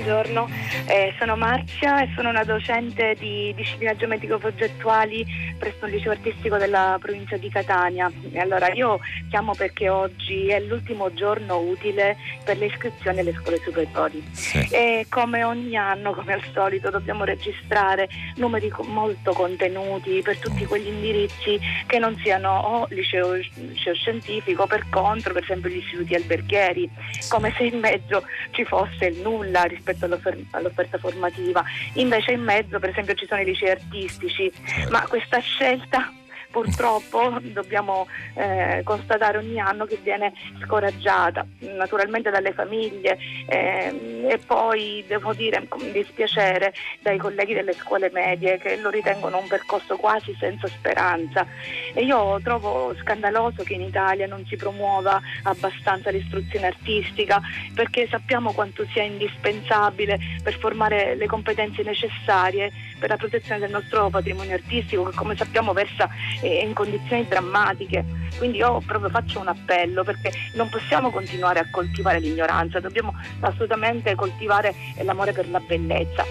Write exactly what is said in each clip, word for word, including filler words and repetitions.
buongiorno, eh, sono Marzia e sono una docente di discipline geometrico-progettuali presso un liceo artistico della provincia di Catania. E allora io chiamo perché oggi è l'ultimo giorno utile per le iscrizioni alle scuole superiori. Sì. E come ogni anno, come al solito, dobbiamo registrare numeri co- molto contenuti per tutti quegli indirizzi che non siano o liceo, liceo scientifico, per contro, per esempio gli istituti alberghieri, come se in mezzo ci fosse il nulla rispetto all'offer- all'offerta formativa. Invece in mezzo, per esempio, ci sono i licei artistici, ma questa scelta purtroppo dobbiamo eh, constatare ogni anno che viene scoraggiata naturalmente dalle famiglie eh, e poi devo dire con dispiacere dai colleghi delle scuole medie che lo ritengono un percorso quasi senza speranza. E io trovo scandaloso che in Italia non si promuova abbastanza l'istruzione artistica, perché sappiamo quanto sia indispensabile per formare le competenze necessarie per la protezione del nostro patrimonio artistico, che come sappiamo versa in condizioni drammatiche. Quindi io proprio faccio un appello, perché non possiamo continuare a coltivare l'ignoranza, dobbiamo assolutamente coltivare l'amore per la bellezza.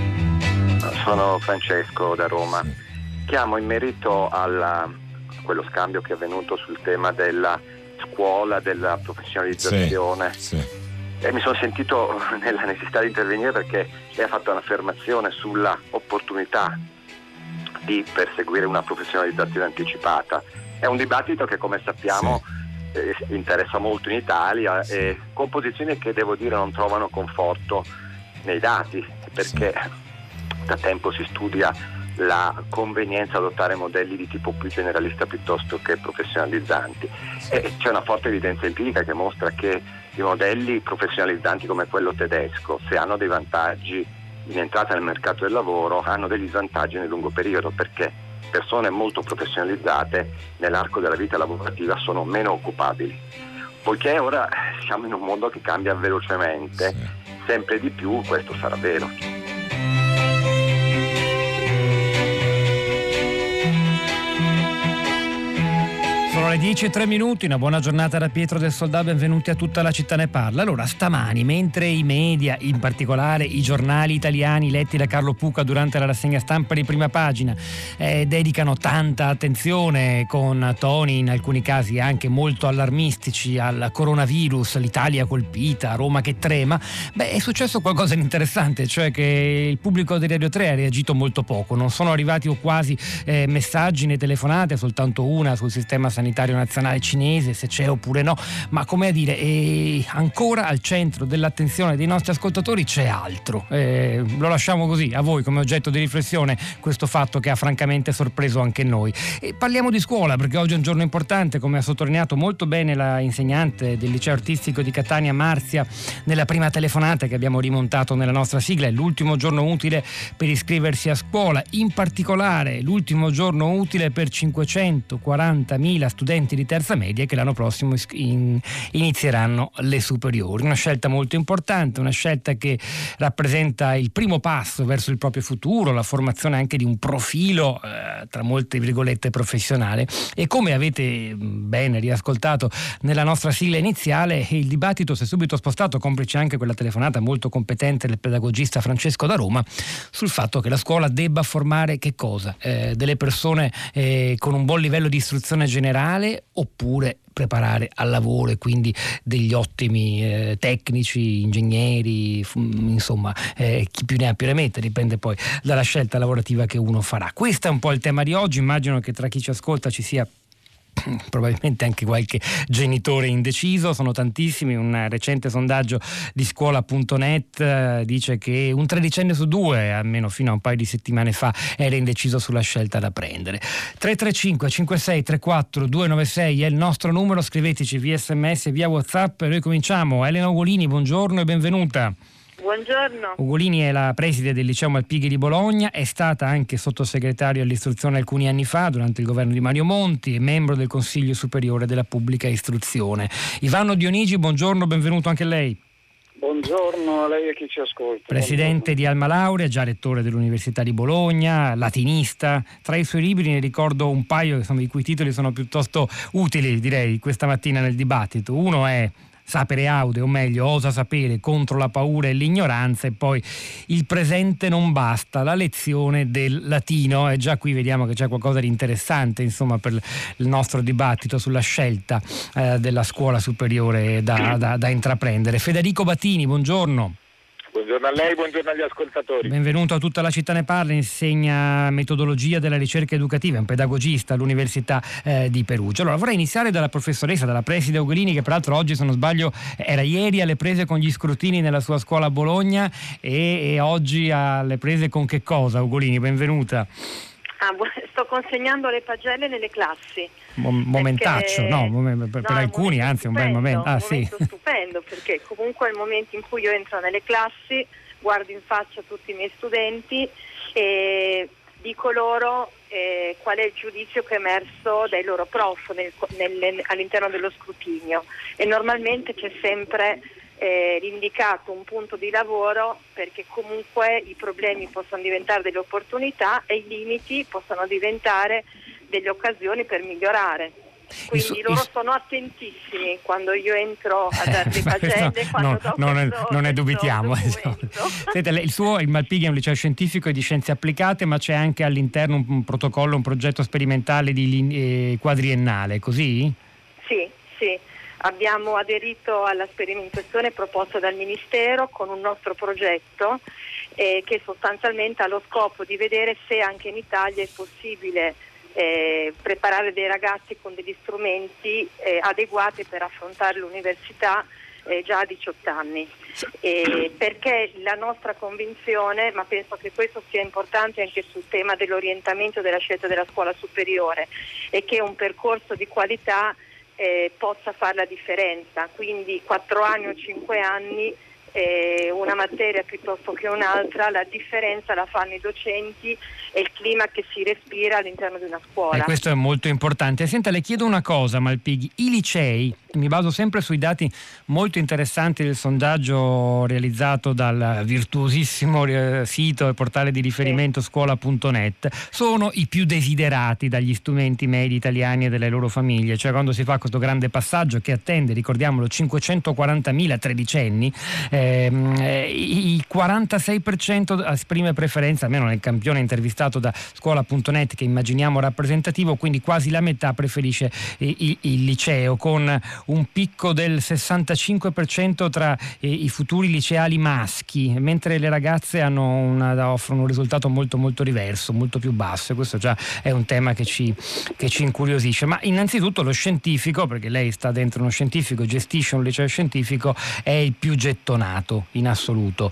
Sono Francesco da Roma. Chiamo in merito alla, a quello scambio che è avvenuto sul tema della scuola, della professionalizzazione. Sì, sì. E mi sono sentito nella necessità di intervenire perché lei ha fatto un'affermazione sulla opportunità di perseguire una professionalizzazione anticipata. È un dibattito che, come sappiamo, sì. eh, interessa molto in Italia, e con posizioni che devo dire non trovano conforto nei dati, perché sì. da tempo si studia la convenienza ad adottare modelli di tipo più generalista piuttosto che professionalizzanti, e c'è una forte evidenza empirica che mostra che i modelli professionalizzanti come quello tedesco, se hanno dei vantaggi in entrata nel mercato del lavoro, hanno degli svantaggi nel lungo periodo, perché persone molto professionalizzate nell'arco della vita lavorativa sono meno occupabili. Poiché ora siamo in un mondo che cambia velocemente, sempre di più questo sarà vero. Sono le dieci e tre minuti, una buona giornata da Pietro del Soldà, benvenuti a Tutta la città ne parla. Allora, stamani, mentre i media, in particolare i giornali italiani letti da Carlo Pucca durante la rassegna stampa di prima pagina, eh, dedicano tanta attenzione, con toni in alcuni casi anche molto allarmistici, al coronavirus, l'Italia colpita, Roma che trema, beh, è successo qualcosa di interessante, cioè che il pubblico di Radio tre ha reagito molto poco. Non sono arrivati o quasi eh, messaggi né telefonate, soltanto una sul sistema sanitario nazionale cinese, se c'è oppure no, ma come a dire, eh, ancora al centro dell'attenzione dei nostri ascoltatori c'è altro. Eh, lo lasciamo così a voi come oggetto di riflessione, questo fatto che ha francamente sorpreso anche noi. E parliamo di scuola, perché oggi è un giorno importante, come ha sottolineato molto bene la insegnante del liceo artistico di Catania, Marzia, nella prima telefonata che abbiamo rimontato nella nostra sigla. È l'ultimo giorno utile per iscriversi a scuola, in particolare l'ultimo giorno utile per cinquecentoquarantamila studenti di terza media che l'anno prossimo in, inizieranno le superiori. Una scelta molto importante, una scelta che rappresenta il primo passo verso il proprio futuro, la formazione anche di un profilo eh, tra molte virgolette professionale. E come avete bene riascoltato nella nostra sigla iniziale, il dibattito si è subito spostato, complice anche quella telefonata molto competente del pedagogista Francesco da Roma, sul fatto che la scuola debba formare che cosa? Eh, delle persone eh, con un buon livello di istruzione generale, oppure preparare al lavoro, e quindi degli ottimi eh, tecnici, ingegneri, f- insomma eh, chi più ne ha più ne mette, dipende poi dalla scelta lavorativa che uno farà. Questo è un po' il tema di oggi. Immagino che tra chi ci ascolta ci sia probabilmente anche qualche genitore indeciso, sono tantissimi. Un recente sondaggio di scuola punto net eh, dice che un tredicenne su due, almeno fino a un paio di settimane fa, era indeciso sulla scelta da prendere. tre tre cinque cinque sei tre quattro due nove sei è il nostro numero, scriveteci via sms e via WhatsApp. Noi cominciamo. Elena Ugolini, buongiorno e benvenuta. Buongiorno. Ugolini è la preside del liceo Malpighi di Bologna, è stata anche sottosegretario all'istruzione alcuni anni fa durante il governo di Mario Monti e membro del Consiglio Superiore della Pubblica Istruzione. Ivano Dionigi, buongiorno, benvenuto anche lei. Buongiorno a lei e a chi ci ascolta. Presidente Buongiorno. di Alma Laurea, già rettore dell'Università di Bologna, latinista. Tra i suoi libri ne ricordo un paio, insomma, i cui titoli sono piuttosto utili, direi, questa mattina nel dibattito. Uno è sapere aude, o meglio osa sapere contro la paura e l'ignoranza, e poi il presente non basta, la lezione del latino. E già qui vediamo che c'è qualcosa di interessante, insomma, per il nostro dibattito sulla scelta eh, della scuola superiore da, da, da intraprendere. Federico Battini, buongiorno. Buongiorno a lei, buongiorno agli ascoltatori. Benvenuto a Tutta la città ne parla, insegna metodologia della ricerca educativa, è un pedagogista all'Università eh, di Perugia. Allora vorrei iniziare dalla professoressa, dalla preside Ugolini, che peraltro oggi, se non sbaglio, era ieri alle prese con gli scrutini nella sua scuola a Bologna e, e oggi alle prese con che cosa? Ugolini, benvenuta. Ah, sto consegnando le pagelle nelle classi. Mom- momentaccio, perché... no, per, per no, alcuni anzi è un bel momento. Ah, un sì. momento stupendo, perché comunque è il momento in cui io entro nelle classi, guardo in faccia tutti i miei studenti e dico loro eh, qual è il giudizio che è emerso dai loro prof nel, nel, all'interno dello scrutinio, e normalmente c'è sempre Eh, indicato un punto di lavoro, perché comunque i problemi possono diventare delle opportunità e i limiti possono diventare delle occasioni per migliorare. Quindi loro sono attentissimi quando io entro a dare le pagelle, no, quando no, do non, questo, non ne questo dubitiamo. Senta, il suo, il Malpighi, è un liceo scientifico e di scienze applicate, ma c'è anche all'interno un, un protocollo, un progetto sperimentale di eh, quadriennale, così? Sì, sì. Abbiamo aderito alla sperimentazione proposta dal Ministero con un nostro progetto eh, che sostanzialmente ha lo scopo di vedere se anche in Italia è possibile eh, preparare dei ragazzi con degli strumenti eh, adeguati per affrontare l'università eh, già a diciotto anni. Eh, perché la nostra convinzione, ma penso che questo sia importante anche sul tema dell'orientamento della scelta della scuola superiore, è che un percorso di qualità Eh, possa fare la differenza, quindi quattro anni o cinque anni, eh, una materia piuttosto che un'altra, la differenza la fanno i docenti e il clima che si respira all'interno di una scuola. E questo è molto importante. Senta, le chiedo una cosa, Malpighi, i licei, mi baso sempre sui dati molto interessanti del sondaggio realizzato dal virtuosissimo eh, sito e portale di riferimento sì. scuola punto net, sono i più desiderati dagli studenti medi italiani e delle loro famiglie. Cioè, quando si fa questo grande passaggio che attende, ricordiamolo, cinquecentoquarantamila tredicenni, ehm, eh, il quarantasei per cento esprime preferenza, almeno nel campione intervistato da scuola punto net, che immaginiamo rappresentativo, quindi quasi la metà preferisce il, il, il liceo, con un picco del sessantacinque per cento tra i, i futuri liceali maschi, mentre le ragazze hanno una, offrono un risultato molto molto diverso, molto più basso, e questo già è un tema che ci, che ci incuriosisce. Ma innanzitutto lo scientifico, perché lei sta dentro uno scientifico, gestisce un liceo scientifico, è il più gettonato in assoluto.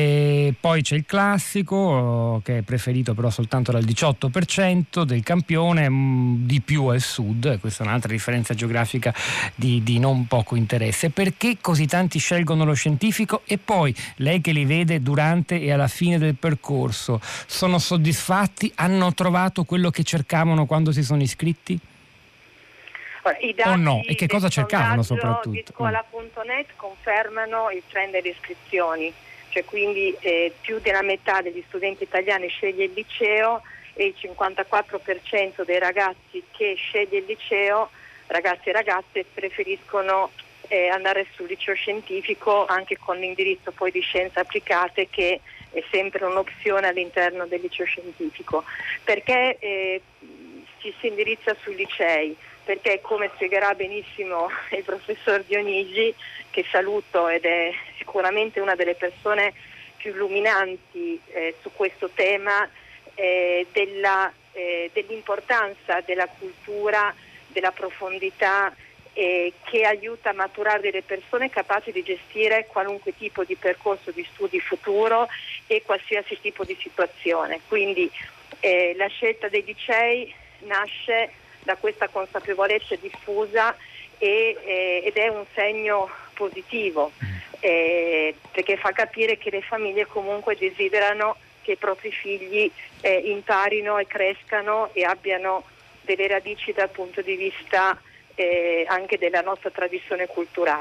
E poi c'è il classico, che è preferito però soltanto dal diciotto per cento del campione, di più al sud, e questa è un'altra differenza geografica di Di, di non poco interesse. Perché così tanti scelgono lo scientifico? E poi lei che li vede durante e alla fine del percorso, sono soddisfatti? Hanno trovato quello che cercavano quando si sono iscritti? I dati o no? E che cosa cercavano soprattutto? Di scuola punto net confermano il trend delle iscrizioni, cioè quindi eh, più della metà degli studenti italiani sceglie il liceo, e il cinquantaquattro per cento dei ragazzi che sceglie il liceo, ragazzi e ragazze, preferiscono eh, andare sul liceo scientifico, anche con l'indirizzo poi di scienze applicate, che è sempre un'opzione all'interno del liceo scientifico. Perché eh, ci si indirizza sui licei? Perché, come spiegherà benissimo il professor Dionigi, che saluto ed è sicuramente una delle persone più illuminanti eh, su questo tema, eh, della, eh, dell'importanza della cultura, della profondità, eh, che aiuta a maturare delle persone capaci di gestire qualunque tipo di percorso di studi futuro e qualsiasi tipo di situazione. Quindi eh, la scelta dei licei nasce da questa consapevolezza diffusa e, eh, ed è un segno positivo, eh, perché fa capire che le famiglie comunque desiderano che i propri figli eh, imparino e crescano e abbiano delle radici dal punto di vista eh, anche della nostra tradizione culturale.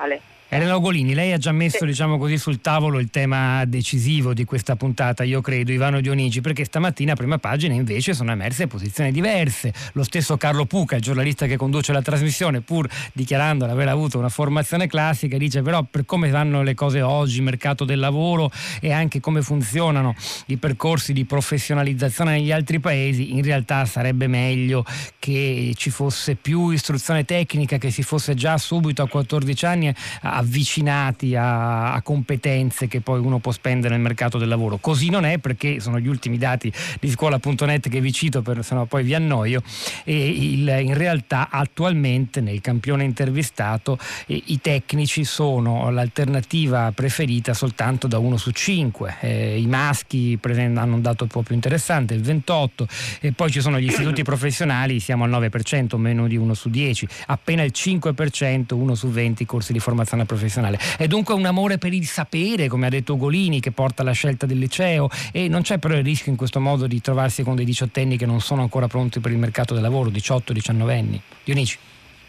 Elena Ugolini, lei ha già messo, sì. diciamo così, sul tavolo il tema decisivo di questa puntata, io credo, Ivano Dionigi, perché stamattina a prima pagina invece sono emerse posizioni diverse. Lo stesso Carlo Puca, il giornalista che conduce la trasmissione, pur dichiarando di aver avuto una formazione classica, dice però per come vanno le cose oggi, il mercato del lavoro e anche come funzionano i percorsi di professionalizzazione negli altri paesi, in realtà sarebbe meglio che ci fosse più istruzione tecnica, che si fosse già subito a quattordici anni avvicinati a, a competenze che poi uno può spendere nel mercato del lavoro. Così non è, perché sono gli ultimi dati di scuola punto net che vi cito, per, se no poi vi annoio, e il, in realtà attualmente nel campione intervistato eh, i tecnici sono l'alternativa preferita soltanto da uno su cinque. Eh, i maschi present- hanno un dato un po' più interessante, il ventotto, e poi ci sono gli istituti professionali, siamo al nove per cento, meno di uno su dieci, appena il cinque per cento, uno su venti corsi di formazione professionale. È dunque un amore per il sapere, come ha detto Ugolini, che porta alla scelta del liceo, e non c'è però il rischio in questo modo di trovarsi con dei diciottenni che non sono ancora pronti per il mercato del lavoro, diciotto diciannove anni. Dionigi.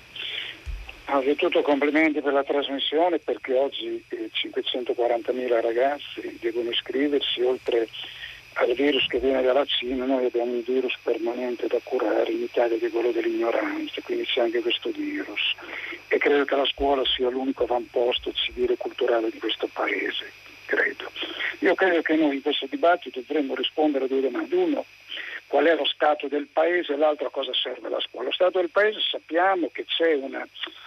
Anzitutto complimenti per la trasmissione, perché oggi eh, cinquecentoquarantamila ragazzi devono iscriversi. Oltre al virus che viene dalla Cina, noi abbiamo un virus permanente da curare in Italia, che è quello dell'ignoranza, quindi c'è anche questo virus, e credo che la scuola sia l'unico avamposto civile e culturale di questo paese, credo. Io credo che noi in questo dibattito dovremmo rispondere a due domande: uno, qual è lo stato del paese, e l'altro, a cosa serve la scuola. Lo stato del paese, sappiamo che c'è una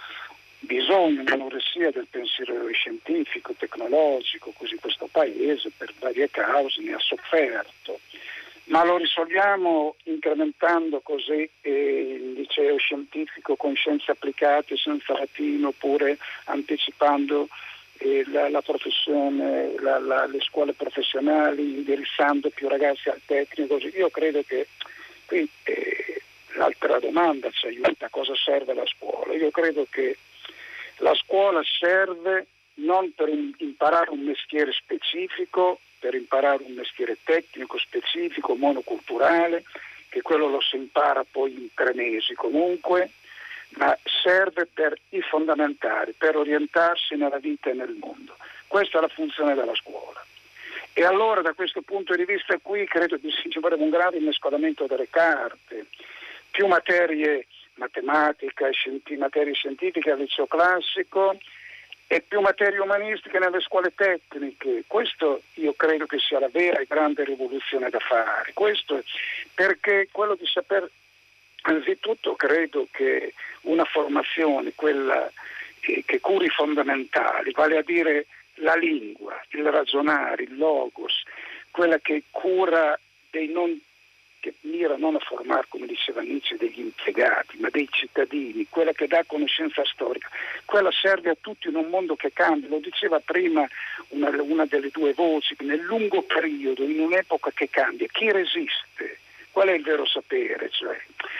bisogno, un'anoressia del pensiero scientifico, tecnologico, così questo paese per varie cause ne ha sofferto, ma lo risolviamo incrementando così eh, il liceo scientifico con scienze applicate senza latino, oppure anticipando eh, la, la professione, la, la, le scuole professionali, indirizzando più ragazzi al tecnico. Io credo che qui eh, l'altra domanda ci aiuta: a cosa serve la scuola? Io credo che la scuola serve non per imparare un mestiere specifico, per imparare un mestiere tecnico specifico, monoculturale, che quello lo si impara poi in tre mesi comunque, ma serve per i fondamentali, per orientarsi nella vita e nel mondo. Questa è la funzione della scuola. E allora, da questo punto di vista qui, credo che ci vorrebbe un grave mescolamento delle carte, più materie, matematica, scienti- materie scientifiche al liceo classico e più materie umanistiche nelle scuole tecniche. Questo io credo che sia la vera e grande rivoluzione da fare. Questo perché quello di saper, anzitutto credo che una formazione, quella che, che curi i fondamentali, vale a dire la lingua, il ragionare, il logos, quella che cura dei non che mira non a formare, come diceva Nietzsche, degli impiegati, ma dei cittadini, quella che dà conoscenza storica, quella serve a tutti in un mondo che cambia. Lo diceva prima una, una delle due voci: nel lungo periodo, in un'epoca che cambia, chi resiste? Qual è il vero sapere? Cioè,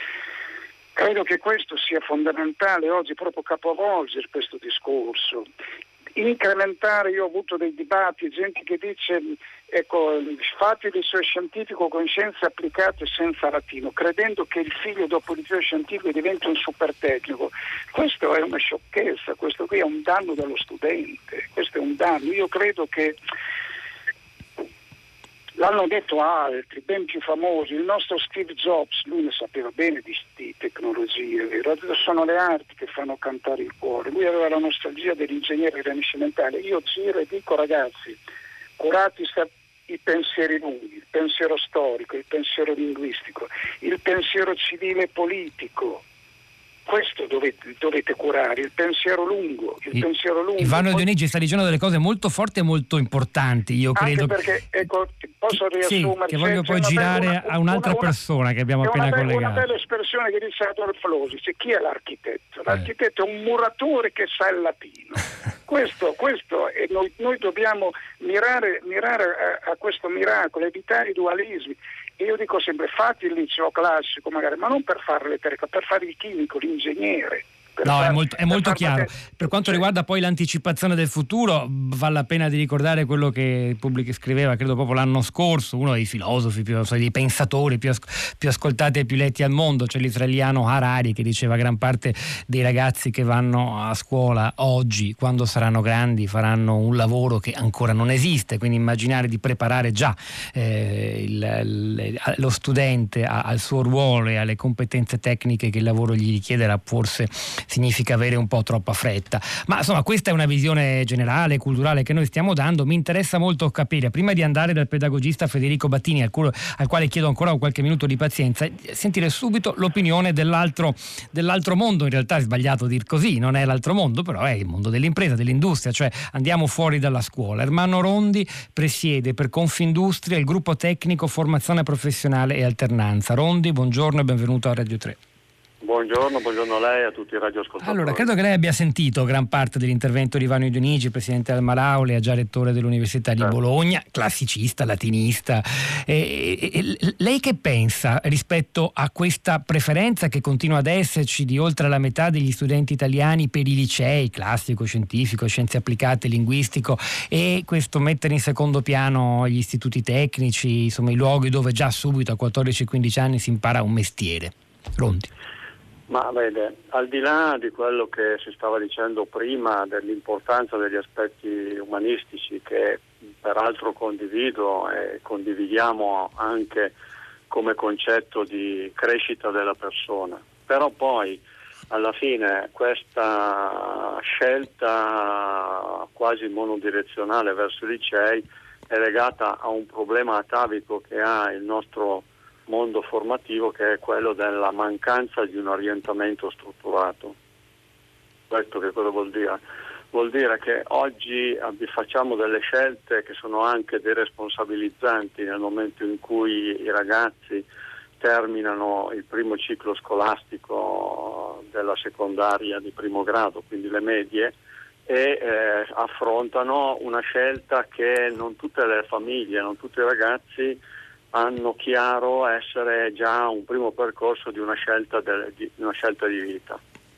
credo che questo sia fondamentale oggi, proprio capovolgere questo discorso. Incrementare, io ho avuto dei dibattiti, gente che dice, ecco, fate il liceo scientifico con scienze applicate senza latino, credendo che il figlio dopo il liceo scientifico diventi un super tecnico. Questo è una sciocchezza, questo qui è un danno dello studente, questo è un danno. Io credo che l'hanno detto altri, ben più famosi, il nostro Steve Jobs, lui ne sapeva bene di, di tecnologie, vero? Sono le arti che fanno cantare il cuore, lui aveva la nostalgia dell'ingegnere rinascimentale. Io giro e dico: ragazzi, curati i pensieri lunghi, il pensiero storico, il pensiero linguistico, il pensiero civile e politico. Questo dovete, dovete curare, il pensiero lungo, il I, pensiero lungo. Ivano poi... Dionigi sta dicendo delle cose molto forti e molto importanti, io credo. Anche perché, ecco, posso riassumere? Sì, che voglio poi girare una, a un'altra una, persona che abbiamo appena una, collegato. Una bella espressione che dice Adolf Losi: chi è l'architetto? L'architetto eh. è un muratore che sa il latino. questo, questo e noi, noi dobbiamo mirare, mirare a, a questo miracolo, evitare i dualismi. E io dico sempre: fate il liceo classico magari, ma non per fare l'elettrica, per fare il chimico, l'ingegnere. Per no, far, è molto, è molto chiaro. far... Per quanto riguarda poi l'anticipazione del futuro, vale la pena di ricordare quello che Pubblic scriveva, credo proprio l'anno scorso, uno dei filosofi, più, dei pensatori più, as- più ascoltati e più letti al mondo, cioè l'israeliano Harari, che diceva gran parte dei ragazzi che vanno a scuola oggi, quando saranno grandi, faranno un lavoro che ancora non esiste, quindi immaginare di preparare già eh, il, il, lo studente a, al suo ruolo e alle competenze tecniche che il lavoro gli richiederà forse significa avere un po' troppa fretta. Ma insomma, questa è una visione generale, culturale che noi stiamo dando. Mi interessa molto capire, prima di andare dal pedagogista Federico Battini, al, cu- al quale chiedo ancora qualche minuto di pazienza, sentire subito l'opinione dell'altro, dell'altro mondo. In realtà è sbagliato dir così, non è l'altro mondo, però è il mondo dell'impresa, dell'industria, cioè andiamo fuori dalla scuola. Ermanno Rondi presiede per Confindustria il gruppo tecnico formazione professionale e alternanza. Rondi, buongiorno e benvenuto a Radio tre. Buongiorno, buongiorno a lei e a tutti i radioascoltatori. Allora, credo che lei abbia sentito gran parte dell'intervento di Vanno Dionigi, presidente del Malaule, già rettore dell'Università di certo. Bologna, classicista, latinista. E, e, e, lei che pensa rispetto a questa preferenza che continua ad esserci di oltre la metà degli studenti italiani per i licei, classico, scientifico, scienze applicate, linguistico, e questo mettere in secondo piano gli istituti tecnici, insomma i luoghi dove già subito a quattordici quindici anni si impara un mestiere? Rondi. Ma vede, al di là di quello che si stava dicendo prima dell'importanza degli aspetti umanistici, che peraltro condivido e condividiamo anche come concetto di crescita della persona, però poi alla fine questa scelta quasi monodirezionale verso i licei è legata a un problema atavico che ha il nostro mondo formativo, che è quello della mancanza di un orientamento strutturato. Questo che cosa vuol dire? Vuol dire che oggi facciamo delle scelte che sono anche deresponsabilizzanti nel momento in cui i ragazzi terminano il primo ciclo scolastico della secondaria di primo grado, quindi le medie, e eh, affrontano una scelta che non tutte le famiglie, non tutti i ragazzi hanno chiaro essere già un primo percorso di una scelta, de, di, una scelta di vita.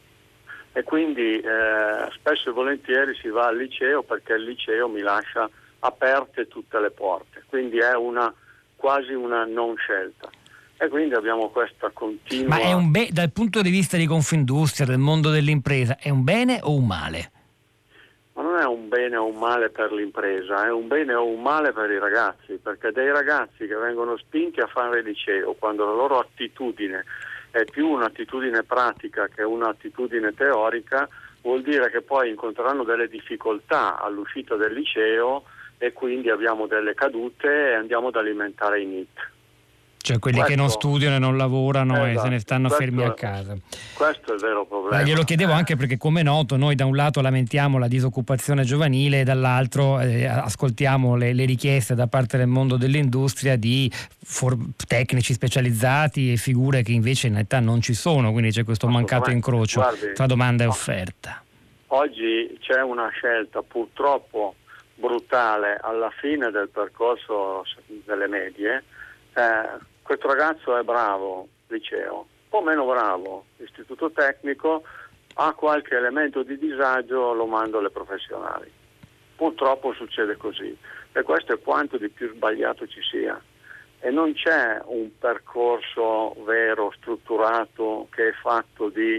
E quindi eh, spesso e volentieri si va al liceo perché il liceo mi lascia aperte tutte le porte, quindi è una quasi una non scelta. E quindi abbiamo questa continua... Ma è un be- dal punto di vista di Confindustria, del mondo dell'impresa, è un bene o un male? Ma non è un bene o un male per l'impresa, è un bene o un male per i ragazzi, perché dei ragazzi che vengono spinti a fare il liceo, quando la loro attitudine è più un'attitudine pratica che un'attitudine teorica, vuol dire che poi incontreranno delle difficoltà all'uscita del liceo e quindi abbiamo delle cadute e andiamo ad alimentare i N I T. Cioè quelli questo, che non studiano e non lavorano esatto, e se ne stanno fermi è, a casa. Questo è il vero problema. Ma glielo chiedevo anche perché, come è noto, noi da un lato lamentiamo la disoccupazione giovanile e dall'altro eh, ascoltiamo le, le richieste da parte del mondo dell'industria di for- tecnici specializzati e figure che invece in realtà non ci sono, quindi c'è questo mancato incrocio Guardi, tra domanda e offerta. Oggi c'è una scelta purtroppo brutale alla fine del percorso delle medie. Eh, questo ragazzo è bravo, liceo, un po' meno bravo, istituto tecnico, ha qualche elemento di disagio, lo mando alle professionali. Purtroppo succede così e questo è quanto di più sbagliato ci sia. E non c'è un percorso vero, strutturato, che è fatto di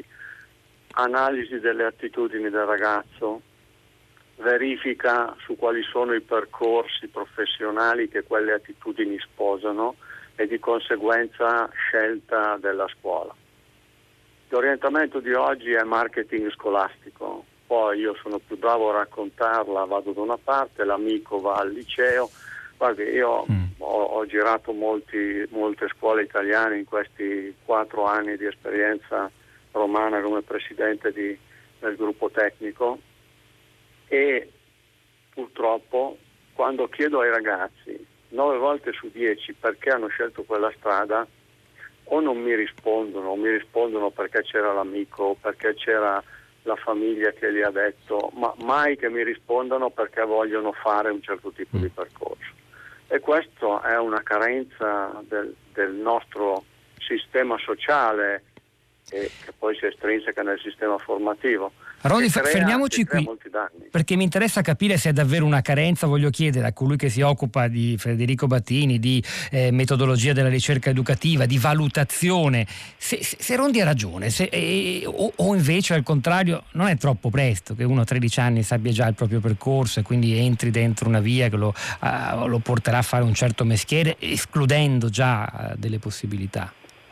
analisi delle attitudini del ragazzo, verifica su quali sono i percorsi professionali che quelle attitudini sposano e di conseguenza scelta della scuola. L'orientamento di oggi è marketing scolastico, poi io sono più bravo a raccontarla, vado da una parte, l'amico va al liceo. Guardi, io mm. ho, ho girato molti, molte scuole italiane in questi quattro anni di esperienza romana come presidente di, del gruppo tecnico, e purtroppo quando chiedo ai ragazzi nove volte su dieci perché hanno scelto quella strada, o non mi rispondono, o mi rispondono perché c'era l'amico, o perché c'era la famiglia che gli ha detto, ma mai che mi rispondano perché vogliono fare un certo tipo di percorso. E questo è una carenza del, del nostro sistema sociale che, che poi si estrinseca nel sistema formativo. Rondi, crea, fermiamoci qui, perché mi interessa capire se è davvero una carenza. Voglio chiedere a colui che si occupa di Federico Battini, di eh, metodologia della ricerca educativa, di valutazione, se, se, se Rondi ha ragione, se, eh, o, o invece al contrario non è troppo presto che uno a tredici anni sappia già il proprio percorso e quindi entri dentro una via che lo, uh, lo porterà a fare un certo mestiere, escludendo già uh, delle possibilità.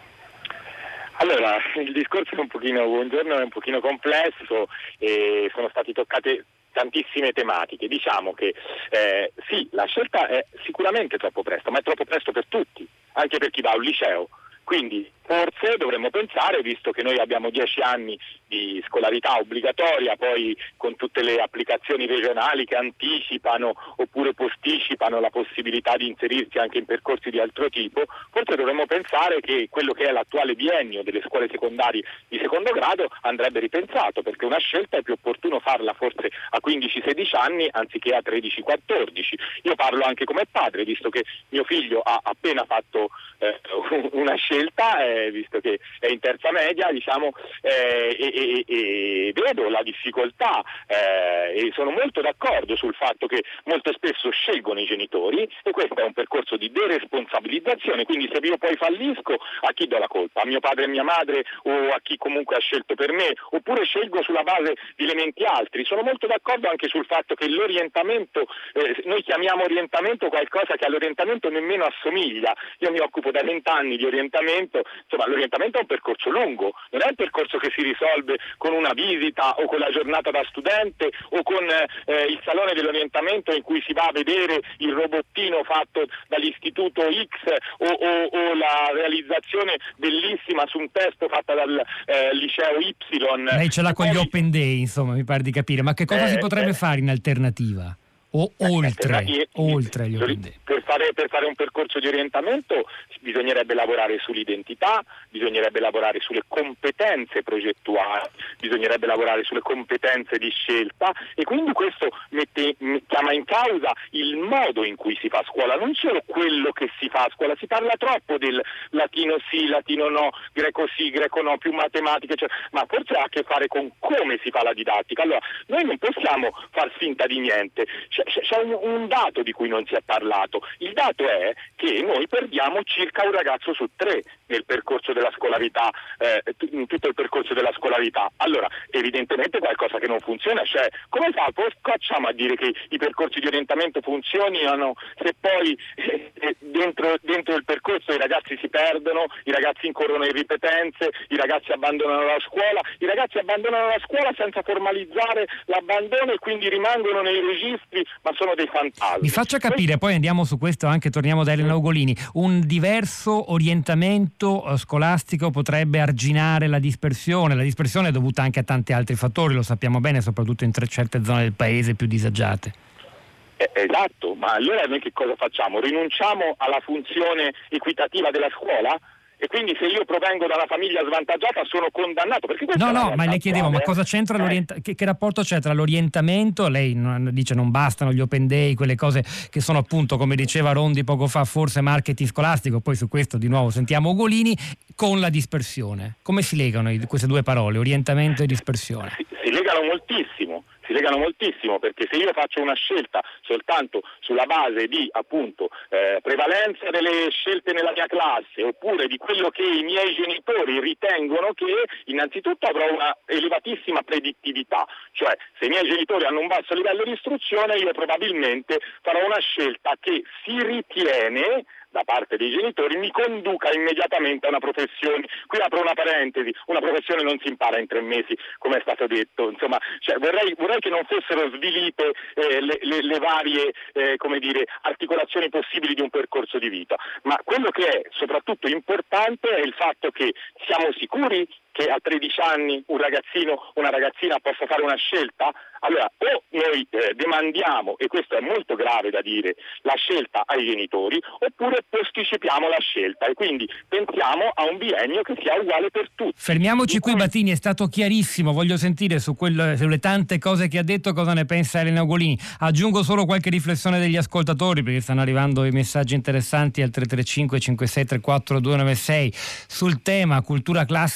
Allora, il discorso è un pochino, buongiorno, è un pochino complesso e sono state toccate tantissime tematiche. Diciamo che eh, sì, la scelta è sicuramente troppo presto, ma è troppo presto per tutti, anche per chi va a un liceo. Quindi forse dovremmo pensare, visto che noi abbiamo dieci anni di scolarità obbligatoria, poi con tutte le applicazioni regionali che anticipano oppure posticipano la possibilità di inserirsi anche in percorsi di altro tipo, forse dovremmo pensare che quello che è l'attuale biennio delle scuole secondarie di secondo grado andrebbe ripensato, perché una scelta è più opportuno farla forse a quindici sedici anni anziché a tredici quattordici. Io parlo anche come padre, visto che mio figlio ha appena fatto eh, una scelta, eh, visto che è in terza media, diciamo, eh, e, e, e vedo la difficoltà eh, e sono molto d'accordo sul fatto che molto spesso scelgono i genitori, e questo è un percorso di deresponsabilizzazione. Quindi se io poi fallisco, a chi do la colpa? A mio padre e mia madre, o a chi comunque ha scelto per me, oppure scelgo sulla base di elementi altri? Sono molto d'accordo anche sul fatto che l'orientamento, eh, noi chiamiamo orientamento qualcosa che all'orientamento nemmeno assomiglia. Io mi occupo da vent'anni di orientamento. Insomma, l'orientamento è un percorso lungo, non è un percorso che si risolve con una visita o con la giornata da studente o con eh, il salone dell'orientamento in cui si va a vedere il robottino fatto dall'istituto X o, o, o la realizzazione bellissima su un testo fatta dal eh, liceo Y. Lei ce l'ha con gli open day, insomma, mi pare di capire, ma che cosa eh, si potrebbe eh, fare in alternativa? O oltre, eh, oltre gli open day? Per fare, per fare un percorso di orientamento bisognerebbe lavorare sull'identità, bisognerebbe lavorare sulle competenze progettuali, bisognerebbe lavorare sulle competenze di scelta, e quindi questo mette, chiama in causa il modo in cui si fa scuola, non solo quello che si fa a scuola. Si parla troppo del latino sì, latino no, greco sì, greco no, più matematica, cioè, ma forse ha a che fare con come si fa la didattica. Allora, noi non possiamo far finta di niente. C'è, c'è un, un dato di cui non si è parlato. Il dato è che noi perdiamo circa un ragazzo su tre nel percorso della scolarità, eh, in tutto il percorso della scolarità. Allora, evidentemente qualcosa che non funziona, cioè come fa, facciamo a dire che i percorsi di orientamento funzionano se poi eh, dentro, dentro il percorso i ragazzi si perdono, i ragazzi incorrono in ripetenze, i ragazzi abbandonano la scuola, i ragazzi abbandonano la scuola senza formalizzare l'abbandono e quindi rimangono nei registri, ma sono dei fantasmi. Mi faccia capire, poi andiamo su questo, anche torniamo da Elena Ugolini. Un diverso orientamento scolastico potrebbe arginare la dispersione. La dispersione è dovuta anche a tanti altri fattori, lo sappiamo bene, soprattutto in certe zone del paese più disagiate. Eh, esatto, ma allora noi che cosa facciamo? Rinunciamo alla funzione equitativa della scuola? E quindi se io provengo da una famiglia svantaggiata sono condannato, perché no no ma le chiedevo attuale, ma cosa c'entra eh? l'orientamento, che, che rapporto c'è tra l'orientamento, lei non, dice non bastano gli open day, quelle cose che sono appunto, come diceva Rondi poco fa, forse marketing scolastico, poi su questo di nuovo sentiamo Ugolini, con la dispersione? Come si legano queste due parole, orientamento e dispersione? Si, si legano moltissimo si legano moltissimo perché se io faccio una scelta soltanto sulla base di appunto eh, prevalenza delle scelte nella mia classe, oppure di quello che i miei genitori ritengono, che innanzitutto avrò una elevatissima predittività, cioè se i miei genitori hanno un basso livello di istruzione io probabilmente farò una scelta che si ritiene da parte dei genitori mi conduca immediatamente a una professione. Qui apro una parentesi, una professione non si impara in tre mesi, come è stato detto, insomma, cioè, vorrei, vorrei che non fossero svilite eh, le, le, le varie eh, come dire, articolazioni possibili di un percorso di vita, ma quello che è soprattutto importante è il fatto che siamo sicuri che a tredici anni un ragazzino, una ragazzina possa fare una scelta. Allora o noi eh, demandiamo, e questo è molto grave da dire, la scelta ai genitori, oppure posticipiamo la scelta e quindi pensiamo a un biennio che sia uguale per tutti. Fermiamoci qui, Battini, è stato chiarissimo, voglio sentire su quelle, sulle tante cose che ha detto cosa ne pensa Elena Ugolini. Aggiungo solo qualche riflessione degli ascoltatori, perché stanno arrivando i messaggi interessanti al tre tre cinque cinque sei tre quattro due nove sei sul tema cultura classica o scientifica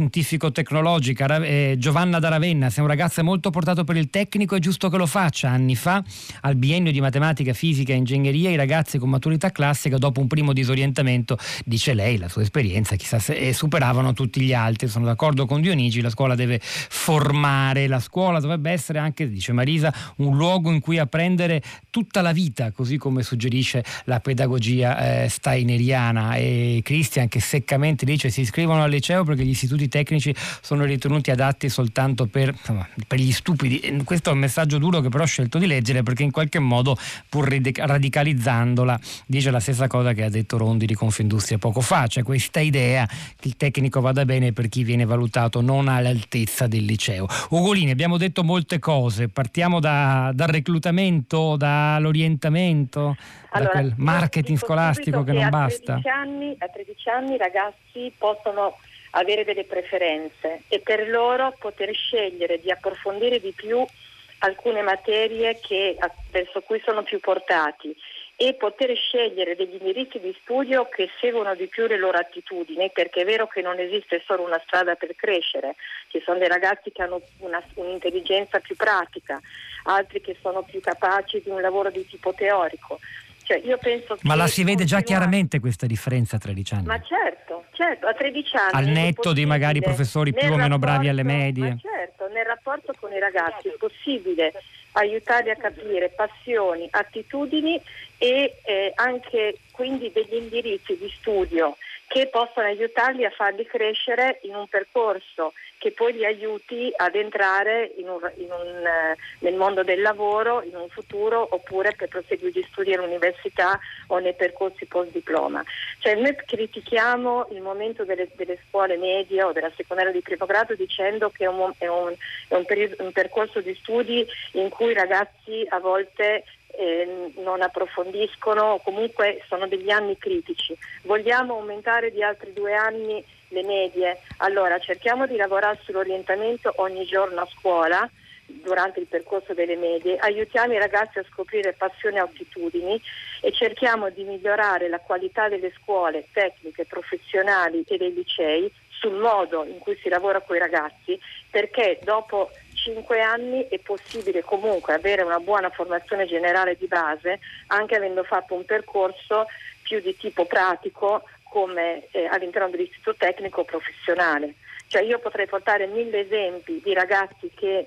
scientifico-tecnologica. Eh, Giovanna da Ravenna, sei un ragazzo molto portato per il tecnico, è giusto che lo faccia. Anni fa, al biennio di matematica, fisica e ingegneria, i ragazzi con maturità classica, dopo un primo disorientamento, dice lei, la sua esperienza, chissà se eh, superavano tutti gli altri. Sono d'accordo con Dionigi, la scuola deve formare, la scuola dovrebbe essere anche, dice Marisa, un luogo in cui apprendere tutta la vita, così come suggerisce la pedagogia eh, steineriana. E Christian, che seccamente dice si iscrivono al liceo perché gli istituti tecnici sono ritenuti adatti soltanto per, insomma, per gli stupidi. Questo è un messaggio duro che però ho scelto di leggere, perché in qualche modo, pur radicalizzandola, dice la stessa cosa che ha detto Rondi di Confindustria poco fa, cioè questa idea che il tecnico vada bene per chi viene valutato non all'altezza del liceo. Ugolini, abbiamo detto molte cose, partiamo da, dal reclutamento, dall'orientamento, allora, da quel marketing scolastico che, che non a basta. tredici anni, a tredici anni i ragazzi possono avere delle preferenze e per loro poter scegliere di approfondire di più alcune materie che, verso cui sono più portati, e poter scegliere degli indirizzi di studio che seguono di più le loro attitudini, perché è vero che non esiste solo una strada per crescere, ci sono dei ragazzi che hanno una, un'intelligenza più pratica, altri che sono più capaci di un lavoro di tipo teorico. Cioè, io penso che ma la si vede già continuare... chiaramente questa differenza a tredici anni? Ma certo, certo, a tredici anni. Al netto di magari professori più o meno rapporto, bravi alle medie? Ma certo, nel rapporto con i ragazzi è possibile aiutarli a capire passioni, attitudini e eh, anche quindi degli indirizzi di studio che possano aiutarli a farli crescere in un percorso che poi li aiuti ad entrare in un, in un, eh, nel mondo del lavoro in un futuro, oppure per proseguire gli studi all'università o nei percorsi post diploma. Cioè, noi critichiamo il momento delle, delle scuole medie o della secondaria di primo grado dicendo che è un, è un, è un, periodo, un percorso di studi in cui i ragazzi a volte Eh, non approfondiscono o comunque sono degli anni critici. Vogliamo aumentare di altri due anni le medie? Allora cerchiamo di lavorare sull'orientamento ogni giorno a scuola durante il percorso delle medie, aiutiamo i ragazzi a scoprire passioni e attitudini e cerchiamo di migliorare la qualità delle scuole tecniche, professionali e dei licei sul modo in cui si lavora con i ragazzi, perché dopo cinque anni è possibile comunque avere una buona formazione generale di base, anche avendo fatto un percorso più di tipo pratico come eh, all'interno dell'istituto tecnico professionale. Cioè io potrei portare mille esempi di ragazzi che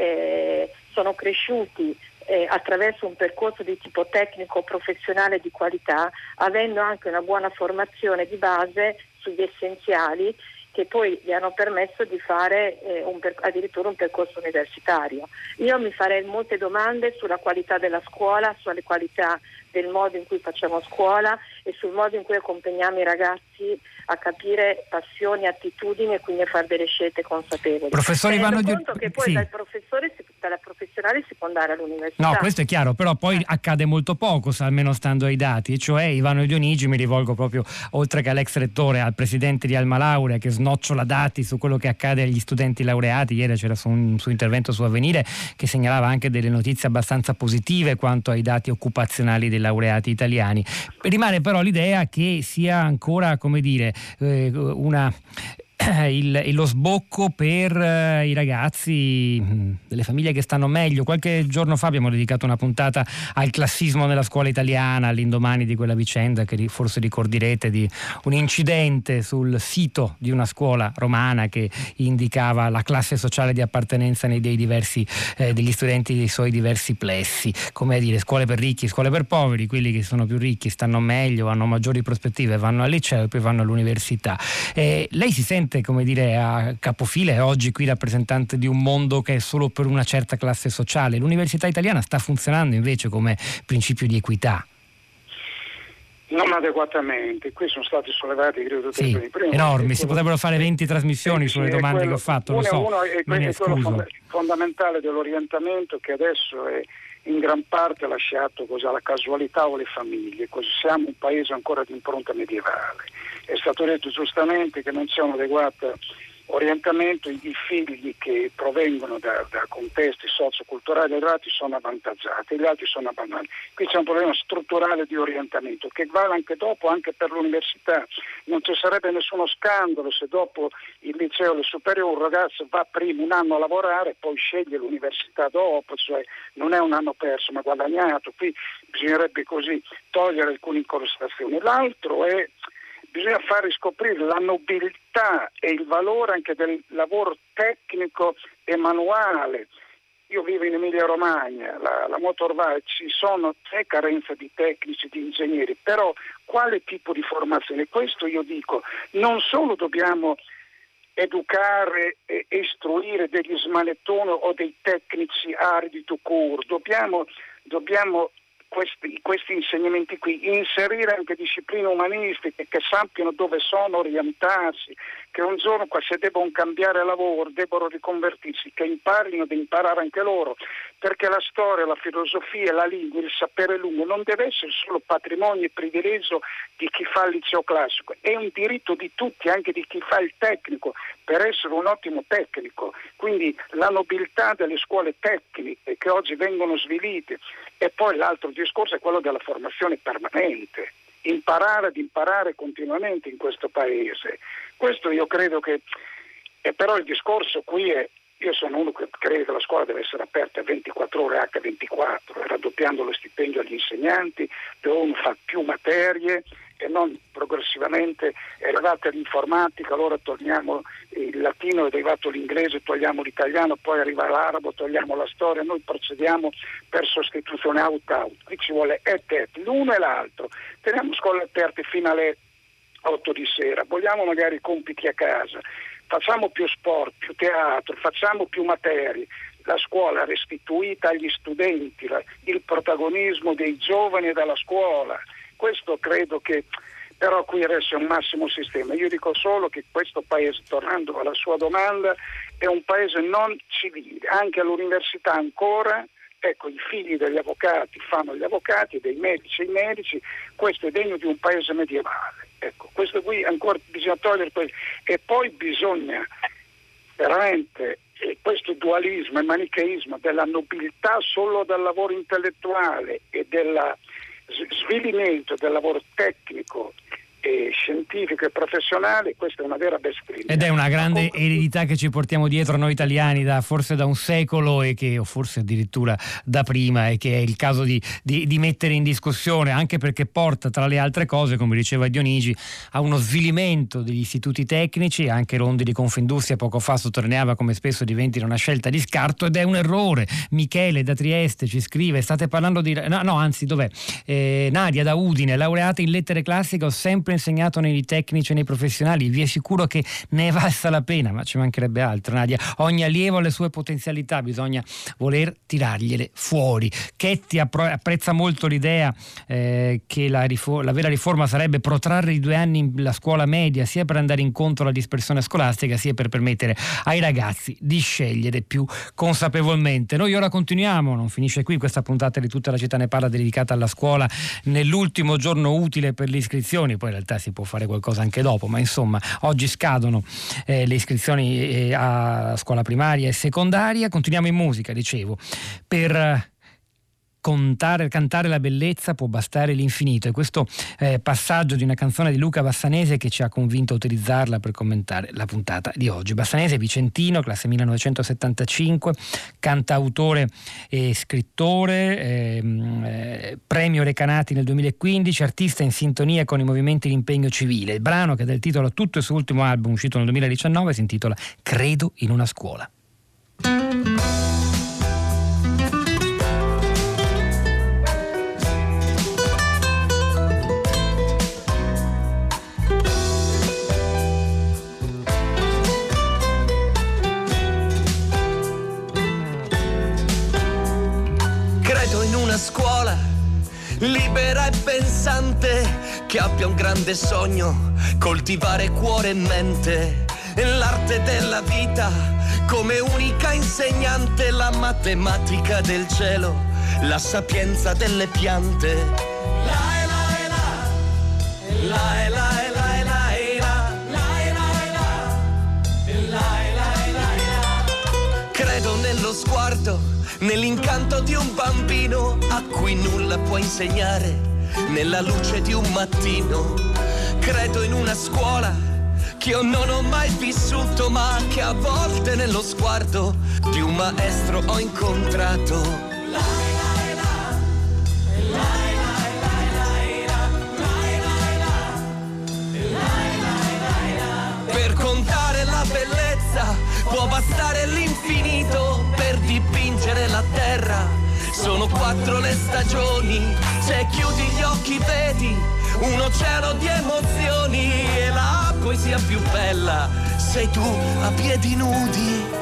eh, sono cresciuti eh, attraverso un percorso di tipo tecnico professionale di qualità, avendo anche una buona formazione di base sugli essenziali, che poi gli hanno permesso di fare eh, un per- addirittura un percorso universitario. Io mi farei molte domande sulla qualità della scuola, sulle qualità del modo in cui facciamo scuola e sul modo in cui accompagniamo i ragazzi a capire passioni, attitudini e quindi a fare delle scelte consapevoli. Professori Tenendo vanno conto di... che poi sì. dal professore si, dalla professionale si può andare all'università. No, questo è chiaro, però poi accade molto poco, almeno stando ai dati, cioè Ivano Dionigi, mi rivolgo proprio oltre che all'ex rettore, al presidente di Alma Laurea che snocciola dati su quello che accade agli studenti laureati. Ieri c'era un suo intervento su Avvenire che segnalava anche delle notizie abbastanza positive quanto ai dati occupazionali dei laureati italiani. Rimane però l'idea che sia ancora, come dire, eh, una Il, lo sbocco per uh, i ragazzi mh, delle famiglie che stanno meglio. Qualche giorno fa abbiamo dedicato una puntata al classismo nella scuola italiana, all'indomani di quella vicenda che forse ricorderete, di un incidente sul sito di una scuola romana che indicava la classe sociale di appartenenza nei dei diversi eh, degli studenti dei suoi diversi plessi, come a dire scuole per ricchi, scuole per poveri. Quelli che sono più ricchi stanno meglio, hanno maggiori prospettive, vanno al liceo e poi vanno all'università. Eh, lei si sente, come dire, a capofila, è oggi qui rappresentante di un mondo che è solo per una certa classe sociale. L'università italiana sta funzionando invece come principio di equità? Non adeguatamente, qui sono stati sollevati, credo, sì, tre prima. enormi, si potrebbero fare venti trasmissioni sì, sulle sì, domande quello, che ho fatto, uno, lo so, uno è, me ne è quello scuso. fondamentale dell'orientamento, che adesso è in gran parte lasciato così alla casualità o alle famiglie, così siamo un paese ancora di impronta medievale. È stato detto giustamente che non c'è un'adeguata orientamento, i figli che provengono da, da contesti socioculturali elevati sono avvantaggiati, gli altri sono abbandonati. Qui c'è un problema strutturale di orientamento che vale anche dopo, anche per l'università. Non ci sarebbe nessuno scandalo se dopo il liceo, le superiori, un ragazzo va prima un anno a lavorare e poi sceglie l'università dopo, cioè non è un anno perso ma guadagnato. Qui bisognerebbe così togliere alcune incrostazioni. L'altro è bisogna far riscoprire la nobiltà e il valore anche del lavoro tecnico e manuale. Io vivo in Emilia Romagna, la, la Motorvale, ci sono tre carenze di tecnici, di ingegneri, però quale tipo di formazione? Questo io dico, non solo dobbiamo educare e istruire degli smanettoni o dei tecnici aridi to court, dobbiamo, dobbiamo Questi, questi insegnamenti qui, inserire anche discipline umanistiche che sappiano dove sono, orientarsi, che un giorno qua se devono cambiare lavoro, devono riconvertirsi, che imparino ad imparare anche loro, perché la storia, la filosofia, la lingua, il sapere lungo non deve essere solo patrimonio e privilegio di chi fa il liceo classico, è un diritto di tutti, anche di chi fa il tecnico, per essere un ottimo tecnico. Quindi la nobiltà delle scuole tecniche che oggi vengono svilite. E poi l'altro discorso è quello della formazione permanente, imparare ad imparare continuamente in questo paese. Questo io credo che, e però il discorso qui è, io sono uno che crede che la scuola deve essere aperta ventiquattro ore acca ventiquattro, raddoppiando lo stipendio agli insegnanti, dove uno fa più materie e non progressivamente è arrivata l'informatica, allora togliamo il latino, è arrivato l'inglese, togliamo l'italiano, poi arriva l'arabo, togliamo la storia, noi procediamo per sostituzione out-out, qui ci vuole et et, l'uno e l'altro, teniamo scuole aperte fino alle otto di sera, vogliamo magari compiti a casa, facciamo più sport, più teatro, facciamo più materie, la scuola restituita agli studenti, la, il protagonismo dei giovani e della scuola. Questo credo che però qui resta un massimo sistema. Io dico solo che questo paese, tornando alla sua domanda, è un paese non civile, anche all'università ancora, ecco, i figli degli avvocati fanno gli avvocati, dei medici i medici, questo è degno di un paese medievale. Ecco, questo qui ancora bisogna togliere questo. E poi bisogna veramente, e questo dualismo e manicheismo della nobiltà solo dal lavoro intellettuale e del svilimento del lavoro tecnico e scientifico e professionale, questa è una vera bestemmia. Ed è una grande eredità che ci portiamo dietro noi italiani da forse da un secolo e che, o forse addirittura da prima, e che è il caso di, di, di mettere in discussione, anche perché porta tra le altre cose, come diceva Dionigi, a uno svilimento degli istituti tecnici. Anche Rondi di Confindustria poco fa sottolineava come spesso diventino una scelta di scarto, ed è un errore. Michele da Trieste ci scrive: state parlando di no, no anzi dov'è? Eh, Nadia da Udine, laureata in lettere classiche, ho sempre insegnato nei tecnici e nei professionali, vi assicuro che ne è valsa la pena, ma ci mancherebbe altro. Nadia, ogni allievo ha le sue potenzialità, bisogna voler tirargliele fuori. Chetti apprezza molto l'idea eh, che la, rifo- la vera riforma sarebbe protrarre i due anni la scuola media, sia per andare incontro alla dispersione scolastica, sia per permettere ai ragazzi di scegliere più consapevolmente. Noi ora continuiamo, non finisce qui questa puntata di Tutta la città ne parla dedicata alla scuola nell'ultimo giorno utile per le iscrizioni, poi in realtà si può fare qualcosa anche dopo, ma insomma oggi scadono eh, le iscrizioni eh, a scuola primaria e secondaria. Continuiamo in musica, dicevo, per contare, cantare la bellezza può bastare l'infinito, e questo eh, passaggio di una canzone di Luca Bassanese che ci ha convinto a utilizzarla per commentare la puntata di oggi. Bassanese, vicentino, classe millenovecentosettantacinque, cantautore e scrittore, ehm, eh, premio Recanati nel duemilaquindici, artista in sintonia con i movimenti di impegno civile. Il brano, che dà il titolo a tutto il suo ultimo album uscito nel duemiladiciannove, si intitola Credo in una scuola. Scuola libera e pensante, che abbia un grande sogno, coltivare cuore e mente, e l'arte della vita come unica insegnante, la matematica del cielo, la sapienza delle piante. La la la la la la la la la la la cui nulla può insegnare nella luce di un mattino. Credo in una scuola che io non ho mai vissuto, ma che a volte nello sguardo di un maestro ho incontrato. Per contare la bellezza può bastare l'infinito, per dipingere la terra sono quattro le stagioni. Se chiudi gli occhi vedi un oceano di emozioni, e la poesia più bella sei tu a piedi nudi.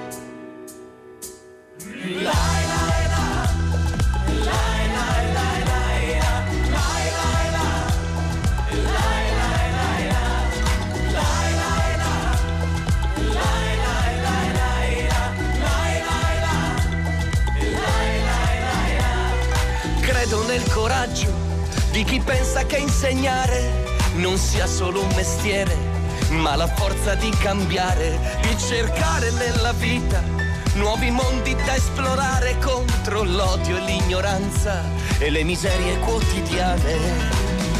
Credo nel coraggio di chi pensa che insegnare non sia solo un mestiere, ma la forza di cambiare, di cercare nella vita nuovi mondi da esplorare contro l'odio e l'ignoranza e le miserie quotidiane.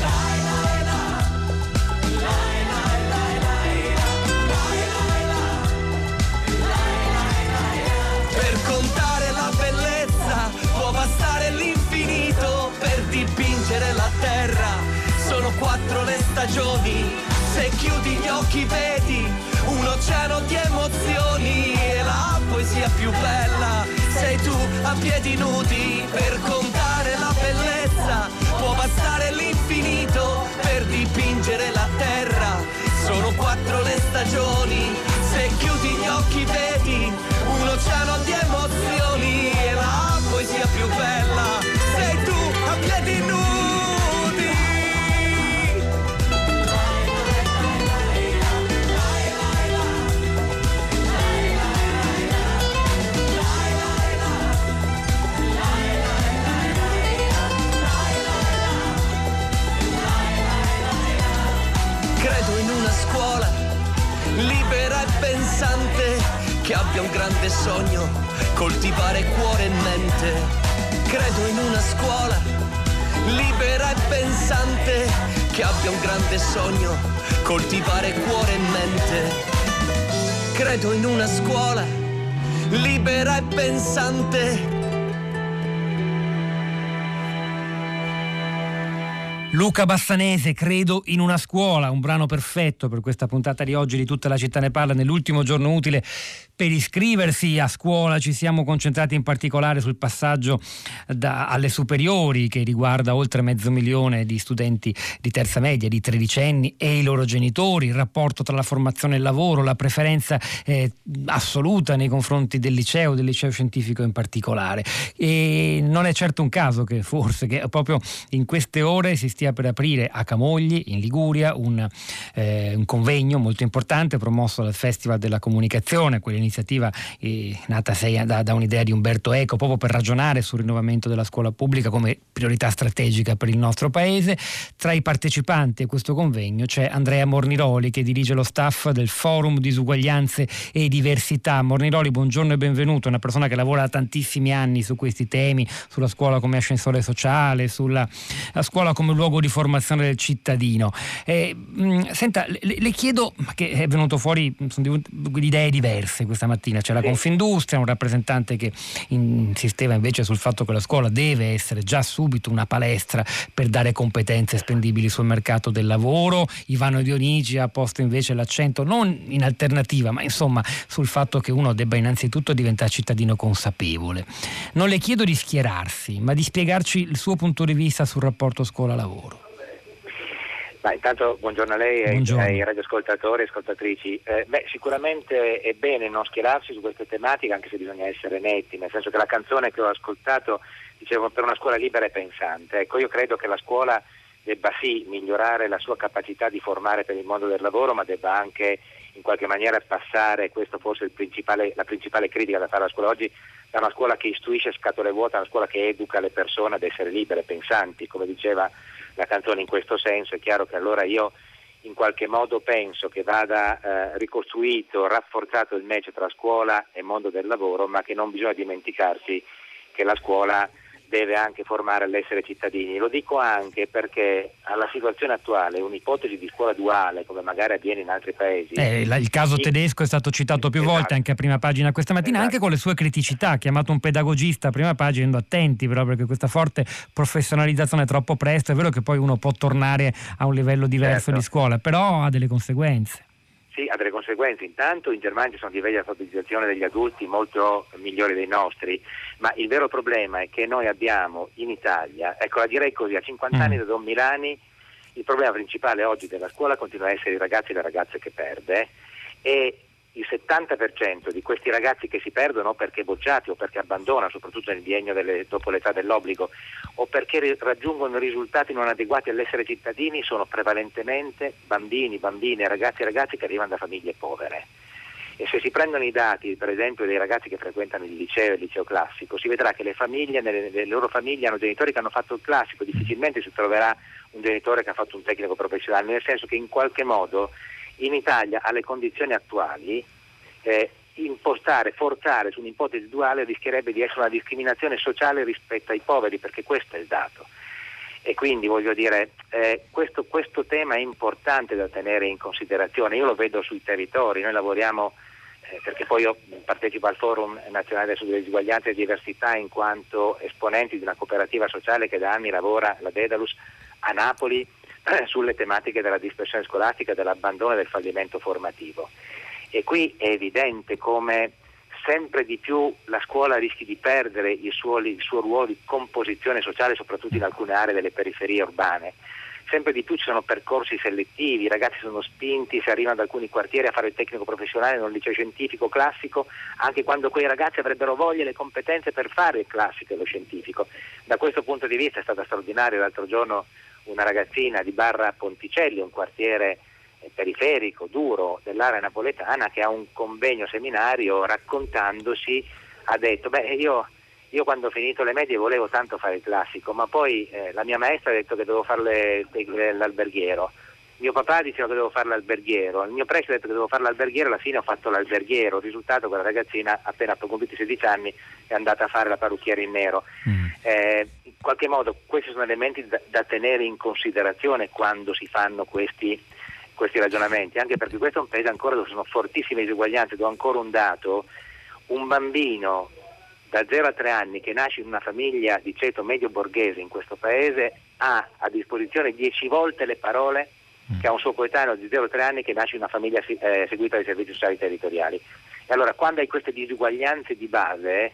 Per contare la bellezza può bastare l'infinito, per dipingere la terra sono quattro le stagioni. Se chiudi gli occhi vedi un oceano di emozioni, e la poesia più bella sei tu a piedi nudi. Per contare la bellezza può bastare l'infinito, per dipingere la terra sono quattro le stagioni. Se chiudi gli occhi vedi un oceano di emozioni, e la poesia più bella sei tu a piedi nudi. Credo in una scuola libera e pensante, che abbia un grande sogno, coltivare cuore e mente. Credo in una scuola libera e pensante, che abbia un grande sogno, coltivare cuore e mente. Credo in una scuola libera e pensante. Luca Bassanese, Credo in una scuola, un brano perfetto per questa puntata di oggi di Tutta la città ne parla, nell'ultimo giorno utile per iscriversi a scuola. Ci siamo concentrati in particolare sul passaggio da, alle superiori, che riguarda oltre mezzo milione di studenti di terza media, di tredicenni e i loro genitori, il rapporto tra la formazione e il lavoro, la preferenza eh, assoluta nei confronti del liceo, del liceo scientifico in particolare. E non è certo un caso che forse che proprio in queste ore si stia per aprire a Camogli, in Liguria, un, eh, un convegno molto importante promosso dal Festival della Comunicazione, quell'iniziativa eh, nata sei, da, da un'idea di Umberto Eco, proprio per ragionare sul rinnovamento della scuola pubblica come priorità strategica per il nostro paese. Tra i partecipanti a questo convegno c'è Andrea Morniroli, che dirige lo staff del Forum Disuguaglianze e Diversità. Morniroli, buongiorno e benvenuto, una persona che lavora da tantissimi anni su questi temi, sulla scuola come ascensore sociale, sulla la scuola come luogo di formazione del cittadino. Eh, mh, senta, le, le chiedo, che è venuto fuori, sono idee diverse questa mattina. C'è la Confindustria, un rappresentante che insisteva invece sul fatto che la scuola deve essere già subito una palestra per dare competenze spendibili sul mercato del lavoro. Ivano Dionigi ha posto invece l'accento non in alternativa, ma insomma sul fatto che uno debba innanzitutto diventare cittadino consapevole. Non le chiedo di schierarsi, ma di spiegarci il suo punto di vista sul rapporto scuola-lavoro. Ma intanto buongiorno a lei e ai, ai radioascoltatori e ascoltatrici. Eh, beh, sicuramente è bene non schierarsi su queste tematiche, anche se bisogna essere netti, nel senso che la canzone che ho ascoltato diceva per una scuola libera e pensante. Ecco, io credo che la scuola debba sì migliorare la sua capacità di formare per il mondo del lavoro, ma debba anche in qualche maniera passare, questo forse è il principale, la principale critica da fare alla scuola oggi, da una scuola che istruisce scatole vuote a una scuola che educa le persone ad essere libere, pensanti, come diceva la canzone. In questo senso è chiaro che allora io in qualche modo penso che vada eh, ricostruito, rafforzato il match tra scuola e mondo del lavoro, ma che non bisogna dimenticarsi che la scuola deve anche formare all'essere cittadini. Lo dico anche perché alla situazione attuale un'ipotesi di scuola duale, come magari avviene in altri paesi... Eh, il caso tedesco è stato citato più esatto. volte anche a prima pagina questa mattina, esatto. anche con le sue criticità. Ha chiamato un pedagogista a prima pagina dicendo attenti però, perché questa forte professionalizzazione è troppo presto. È vero che poi uno può tornare a un livello diverso certo. di scuola, però ha delle conseguenze. Sì, ha delle conseguenze. Intanto in Germania ci sono livelli di alfabetizzazione degli adulti molto migliori dei nostri, ma il vero problema è che noi abbiamo in Italia, ecco la direi così, a cinquanta mm. anni da Don Milani, il problema principale oggi della scuola continua a essere i ragazzi e le ragazze che perde, e il settanta per cento di questi ragazzi che si perdono perché bocciati o perché abbandonano, soprattutto nel biennio delle, dopo l'età dell'obbligo, o perché ri- raggiungono risultati non adeguati all'essere cittadini, sono prevalentemente bambini, bambine, ragazzi e ragazzi che arrivano da famiglie povere. E se si prendono i dati, per esempio, dei ragazzi che frequentano il liceo e il liceo classico, si vedrà che le famiglie, nelle, nelle loro famiglie hanno genitori che hanno fatto il classico, difficilmente si troverà un genitore che ha fatto un tecnico professionale, nel senso che in qualche modo in Italia, alle condizioni attuali, eh, impostare, forzare su un'ipotesi duale rischierebbe di essere una discriminazione sociale rispetto ai poveri, perché questo è il dato. E quindi voglio dire, eh, questo, questo tema è importante da tenere in considerazione. Io lo vedo sui territori, noi lavoriamo, eh, perché poi io partecipo al Forum Nazionale sulle Disuguaglianze e Diversità in quanto esponenti di una cooperativa sociale che da anni lavora, la Dedalus, a Napoli, sulle tematiche della dispersione scolastica, dell'abbandono e del fallimento formativo. E qui è evidente come sempre di più la scuola rischi di perdere il suo, il suo ruolo di composizione sociale, soprattutto in alcune aree delle periferie urbane. Sempre di più ci sono percorsi selettivi, i ragazzi sono spinti, se arrivano da alcuni quartieri, a fare il tecnico professionale in un liceo scientifico classico, anche quando quei ragazzi avrebbero voglia e le competenze per fare il classico e lo scientifico. Da questo punto di vista è stata straordinaria l'altro giorno una ragazzina di Barra Ponticelli, un quartiere periferico, duro dell'area napoletana, che ha un convegno seminario raccontandosi ha detto beh io, io quando ho finito le medie volevo tanto fare il classico, ma poi eh, la mia maestra ha detto che dovevo fare l'alberghiero, mio papà diceva che dovevo fare l'alberghiero, il mio preside ha detto che dovevo fare l'alberghiero, alla fine ho fatto l'alberghiero, il risultato quella ragazzina appena compiuti i sedici anni è andata a fare la parrucchiera in nero. Mm. Eh, in qualche modo questi sono elementi da, da tenere in considerazione quando si fanno questi, questi ragionamenti, anche perché questo è un paese ancora dove sono fortissime disuguaglianze. Do ancora un dato: un bambino da zero a tre anni che nasce in una famiglia di ceto medio borghese in questo paese ha a disposizione dieci volte le parole che ha un suo coetaneo di zero a tre anni che nasce in una famiglia eh, seguita dai servizi sociali territoriali. E allora quando hai queste disuguaglianze di base,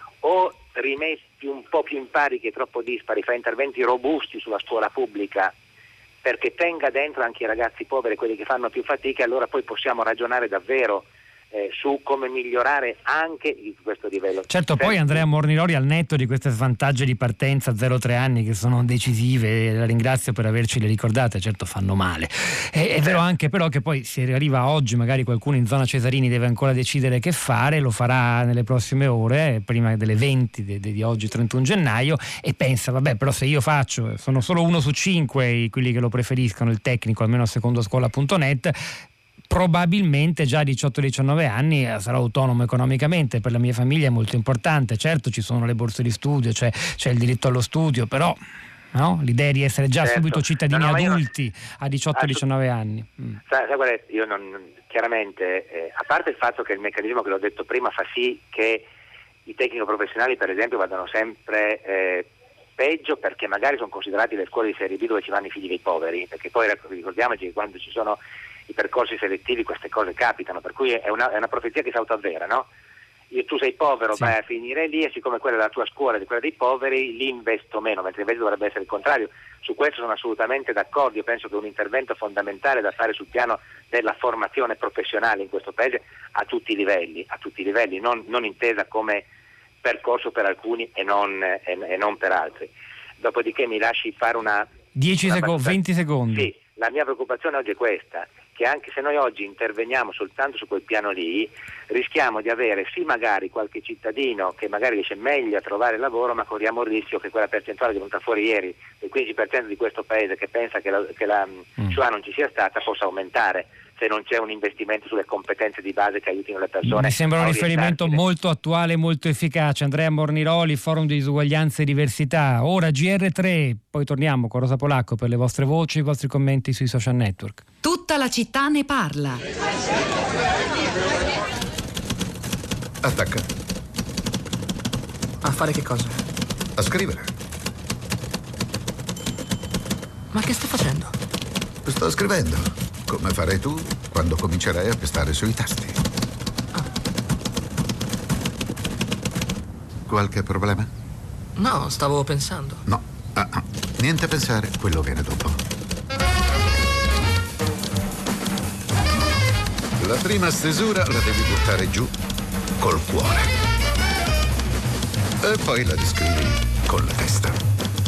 o rimetti un po' più in pari che è troppo dispari, fai interventi robusti sulla scuola pubblica perché tenga dentro anche i ragazzi poveri, quelli che fanno più fatica, allora poi possiamo ragionare davvero Eh, su come migliorare anche questo livello. Certo, poi Andrea Morniroli, al netto di queste svantaggi di partenza zero tre anni che sono decisive, la ringrazio per avercele ricordate, certo fanno male. È, è vero anche però che poi si arriva oggi, magari qualcuno in zona Cesarini deve ancora decidere che fare, lo farà nelle prossime ore, prima delle venti di, di oggi trentuno gennaio, e pensa vabbè però se io faccio, sono solo uno su cinque quelli che lo preferiscono il tecnico, almeno secondo scuola punto net, probabilmente già a diciotto diciannove anni sarò autonomo economicamente, per la mia famiglia è molto importante. Certo, ci sono le borse di studio, c'è, c'è il diritto allo studio, però no? L'idea di essere già certo. subito cittadini no, no, adulti non... a diciotto diciannove anni. Mm. Sai, sai qual è? Io non, chiaramente, eh, a parte il fatto che il meccanismo che l'ho detto prima fa sì che i tecnico professionali per esempio vadano sempre eh, peggio, perché magari sono considerati le scuole di serie B dove ci vanno i figli dei poveri, perché poi ricordiamoci che quando ci sono i percorsi selettivi queste cose capitano, per cui è una, è una profezia che si autoavvera, no? Io, tu sei povero, sì. vai a finire lì, e siccome quella è la tua scuola e quella dei poveri, lì investo meno, mentre invece dovrebbe essere il contrario. Su questo sono assolutamente d'accordo. Io penso che un intervento fondamentale da fare sul piano della formazione professionale in questo paese a tutti i livelli, a tutti i livelli, non, non intesa come percorso per alcuni e non, e, e non per altri. Dopodiché mi lasci fare una... dieci secondi, venti secondi. Sì, la mia preoccupazione oggi è questa. che anche se noi oggi interveniamo soltanto su quel piano lì, rischiamo di avere sì magari qualche cittadino che magari riesce meglio a trovare lavoro, ma corriamo il rischio che quella percentuale che è venuta fuori ieri, il quindici per cento di questo paese che pensa che la, che la mm. Shoah non ci sia stata, possa aumentare se non c'è un investimento sulle competenze di base che aiutino le persone. Mi sembra un riferimento molto attuale e molto efficace. Andrea Morniroli, Forum di Disuguaglianza e Diversità. Ora G R tre, poi torniamo con Rosa Polacco per le vostre voci, i vostri commenti sui social network. Tutta la città ne parla. Attacca. A fare che cosa? A scrivere. Ma che sta facendo? Sto scrivendo, come farai tu quando comincerai a pestare sui tasti. Ah. Qualche problema? No, stavo pensando. No, ah, ah. Niente a pensare, quello viene dopo. La prima stesura la devi buttare giù col cuore. E poi la descrivi con la testa.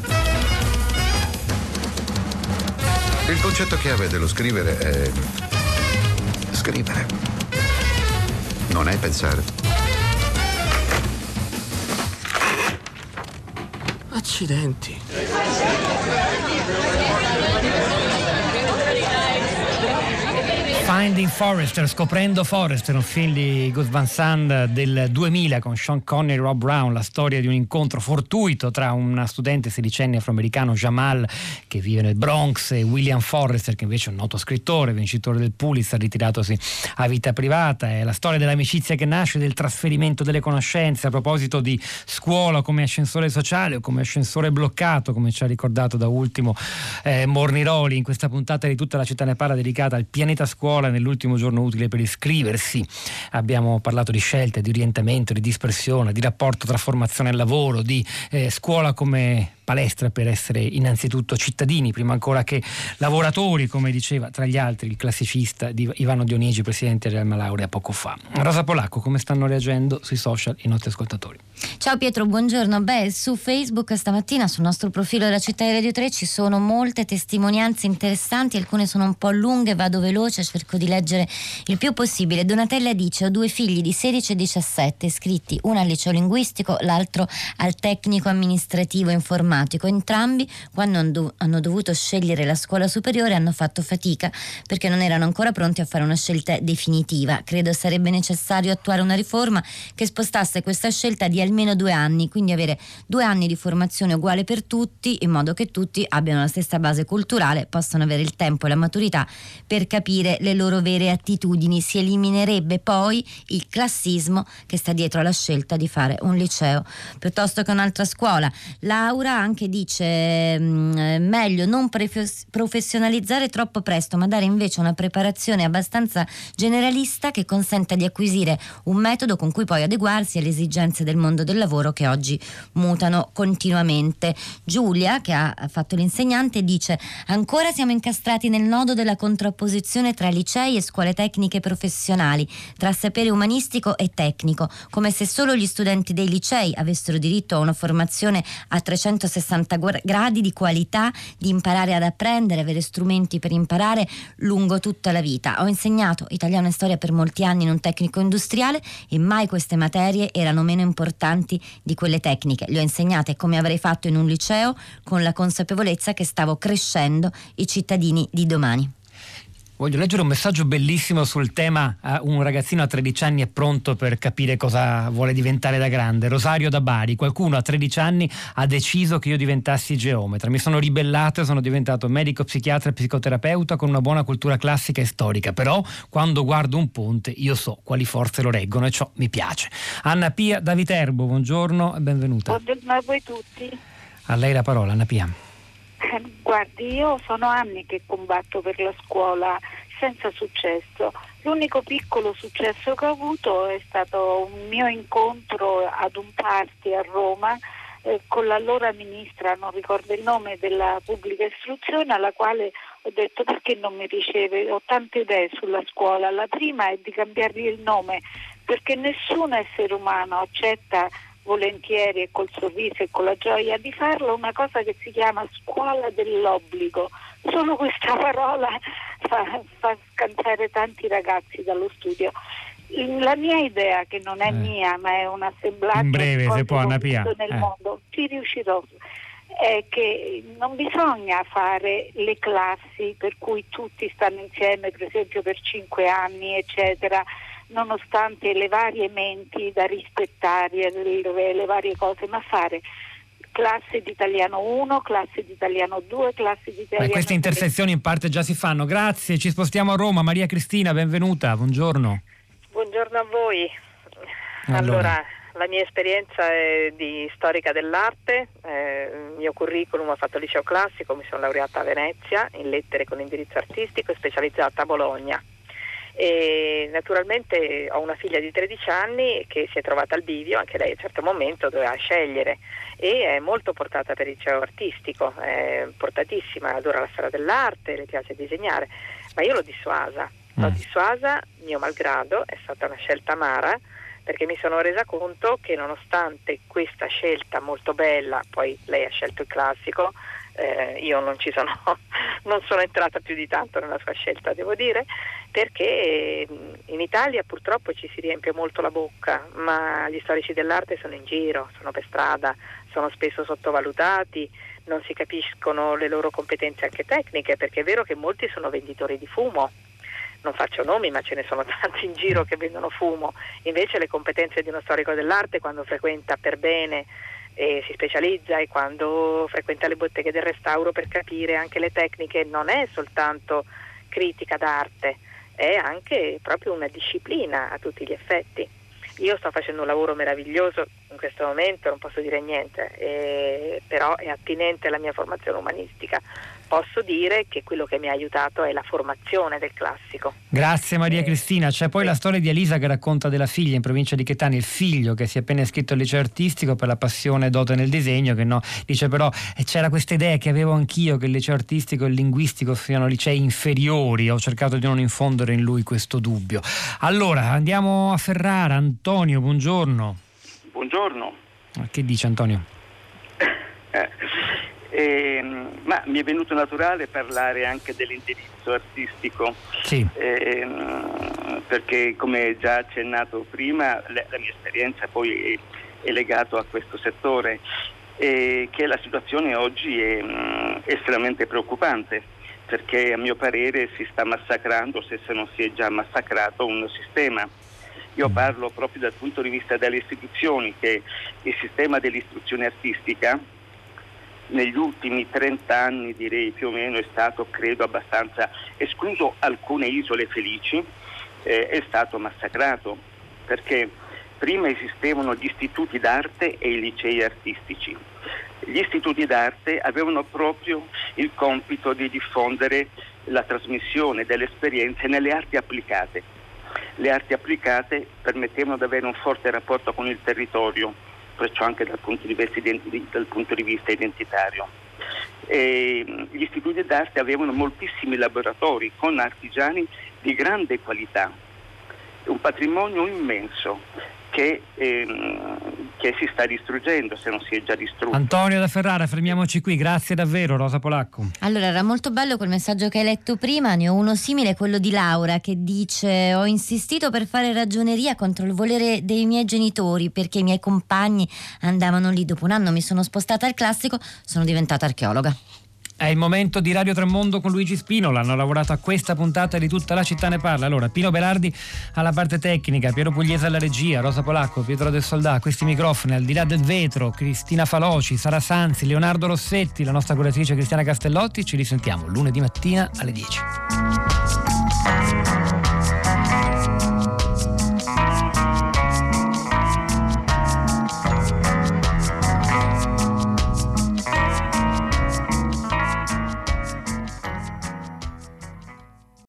Il concetto chiave dello scrivere è scrivere. Non è pensare. Accidenti. Finding Forrester, Scoprendo Forrester, un film di Gus Van Sant del duemila con Sean Connery e Rob Brown, la storia di un incontro fortuito tra una studente sedicenne afroamericano, Jamal, che vive nel Bronx, e William Forrester, che invece è un noto scrittore, vincitore del Pulitzer, ritiratosi a vita privata. È la storia dell'amicizia che nasce, del trasferimento delle conoscenze. A proposito di scuola come ascensore sociale o come ascensore bloccato, come ci ha ricordato da ultimo eh, Morniroli in questa puntata di Tutta la città ne parla, dedicata al pianeta scuola nell'ultimo giorno utile per iscriversi. Abbiamo parlato di scelte, di orientamento, di dispersione, di rapporto tra formazione e lavoro, di eh, scuola come palestra per essere innanzitutto cittadini, prima ancora che lavoratori, come diceva tra gli altri il classicista di Ivano Dionigi, presidente della Laurea poco fa. Rosa Polacco, come stanno reagendo sui social i nostri ascoltatori? Ciao Pietro, buongiorno. Beh, su Facebook stamattina sul nostro profilo della Città di Radio tre ci sono molte testimonianze interessanti, alcune sono un po' lunghe, vado veloce, cerco di leggere il più possibile. Donatella dice: ho due figli di sedici e diciassette, iscritti uno al liceo linguistico, l'altro al tecnico amministrativo informatico. Entrambi, quando hanno dovuto scegliere la scuola superiore, hanno fatto fatica perché non erano ancora pronti a fare una scelta definitiva. Credo sarebbe necessario attuare una riforma che spostasse questa scelta di almeno due anni, quindi avere due anni di formazione uguale per tutti, in modo che tutti abbiano la stessa base culturale, possano avere il tempo e la maturità per capire le loro vere attitudini. Si eliminerebbe poi il classismo che sta dietro alla scelta di fare un liceo piuttosto che un'altra scuola. Laura anche dice mh, meglio non prefes- professionalizzare troppo presto, ma dare invece una preparazione abbastanza generalista che consenta di acquisire un metodo con cui poi adeguarsi alle esigenze del mondo del lavoro che oggi mutano continuamente. Giulia, che ha fatto l'insegnante, dice: ancora siamo incastrati nel nodo della contrapposizione tra licei e scuole tecniche professionali, tra sapere umanistico e tecnico, come se solo gli studenti dei licei avessero diritto a una formazione a trecentosessanta gradi di qualità, di imparare ad apprendere, avere strumenti per imparare lungo tutta la vita. Ho insegnato italiano e storia per molti anni in un tecnico industriale e mai queste materie erano meno importanti di quelle tecniche. Le ho insegnate come avrei fatto in un liceo, con la consapevolezza che stavo crescendo i cittadini di domani. Voglio leggere un messaggio bellissimo sul tema. Un ragazzino a tredici anni è pronto per capire cosa vuole diventare da grande. Rosario da Bari: qualcuno a tredici anni ha deciso che io diventassi geometra. Mi sono ribellato e sono diventato medico, psichiatra e psicoterapeuta con una buona cultura classica e storica. Però quando guardo un ponte io so quali forze lo reggono e ciò mi piace. Anna Pia da Viterbo, buongiorno e benvenuta. Buongiorno a voi tutti. A lei la parola, Anna Pia. Guardi, io sono anni che combatto per la scuola senza successo. L'unico piccolo successo che ho avuto è stato un mio incontro ad un party a Roma eh, con l'allora ministra, non ricordo il nome, della pubblica istruzione, alla quale ho detto: perché non mi riceve? Ho tante idee sulla scuola. La prima è di cambiargli il nome, perché nessun essere umano accetta volentieri e col sorriso e con la gioia di farlo una cosa che si chiama scuola dell'obbligo. Solo questa parola fa, fa scansare tanti ragazzi dallo studio. La mia idea, che non è eh. mia ma è una semblante in breve, se può, Anna Pia. nel eh. mondo, ci riuscirò, è che non bisogna fare le classi per cui tutti stanno insieme, per esempio per cinque anni eccetera, nonostante le varie menti da rispettare, le, le varie cose, ma fare classe di italiano uno, classe di italiano due, classe di italiano Beh, queste intersezioni in parte già si fanno. Grazie, ci spostiamo a Roma. Maria Cristina, benvenuta, buongiorno. Buongiorno a voi. Allora, allora la mia esperienza è di storica dell'arte, eh, il mio curriculum ho fatto il liceo classico, mi sono laureata a Venezia in lettere con indirizzo artistico e specializzata a Bologna. E naturalmente ho una figlia di tredici anni che si è trovata al bivio, anche lei a un certo momento doveva scegliere, e è molto portata per il liceo artistico, è portatissima, adora la storia dell'arte, le piace disegnare, ma io l'ho dissuasa, l'ho dissuasa mio malgrado, è stata una scelta amara, perché mi sono resa conto che nonostante questa scelta molto bella, poi lei ha scelto il classico, eh, io non ci sono, non sono entrata più di tanto nella sua scelta, devo dire, perché in Italia purtroppo ci si riempie molto la bocca, ma gli storici dell'arte sono in giro, sono per strada, sono spesso sottovalutati, non si capiscono le loro competenze anche tecniche, perché è vero che molti sono venditori di fumo. Non faccio nomi, ma ce ne sono tanti in giro che vendono fumo. Invece le competenze di uno storico dell'arte, quando frequenta per bene e si specializza, e quando frequenta le botteghe del restauro per capire anche le tecniche, non è soltanto critica d'arte, è anche proprio una disciplina a tutti gli effetti. Io sto facendo un lavoro meraviglioso in questo momento, non posso dire niente, eh, però è attinente alla mia formazione umanistica. Posso dire che quello che mi ha aiutato è la formazione del classico. Grazie Maria Cristina. C'è poi la storia di Elisa che racconta della figlia in provincia di Catania, il figlio che si è appena iscritto al liceo artistico per la passione dote nel disegno, che no, dice però eh, c'era questa idea che avevo anch'io, che il liceo artistico e il linguistico siano licei inferiori, ho cercato di non infondere in lui questo dubbio. Allora andiamo a Ferrara. Antonio, buongiorno. Buongiorno. Che dice Antonio? Eh. Eh, ma mi è venuto naturale parlare anche dell'indirizzo artistico, sì. eh, perché come già accennato prima la, la mia esperienza poi è, è legata a questo settore, e che la situazione oggi è mh, estremamente preoccupante, perché a mio parere si sta massacrando, se, se non si è già massacrato, un sistema. Io parlo proprio dal punto di vista delle istituzioni, che il sistema dell'istruzione artistica negli ultimi trenta anni, direi più o meno, è stato, credo, abbastanza, escluso alcune isole felici, eh, è stato massacrato, perché prima esistevano gli istituti d'arte e i licei artistici. Gli istituti d'arte avevano proprio il compito di diffondere la trasmissione delle esperienze nelle arti applicate. Le arti applicate permettevano di avere un forte rapporto con il territorio, perciò anche dal punto di vista, identi- dal punto di vista identitario. E gli istituti d'arte avevano moltissimi laboratori con artigiani di grande qualità, un patrimonio immenso che, ehm, che si sta distruggendo, se non si è già distrutto. Antonio da Ferrara, fermiamoci qui, grazie davvero. Rosa Polacco. Allora, era molto bello quel messaggio che hai letto prima, ne ho uno simile, quello di Laura, che dice: ho insistito per fare ragioneria contro il volere dei miei genitori, perché i miei compagni andavano lì, dopo un anno mi sono spostata al classico, sono diventata archeologa. È il momento di Radio Tremondo con Luigi Spinola. Hanno lavorato a questa puntata di Tutta la città ne parla. Allora, Pino Belardi alla parte tecnica, Piero Pugliese alla regia, Rosa Polacco, Pietro del Soldà a questi microfoni, al di là del vetro, Cristina Faloci, Sara Sanzi, Leonardo Rossetti, la nostra curatrice Cristiana Castellotti. Ci risentiamo lunedì mattina alle dieci.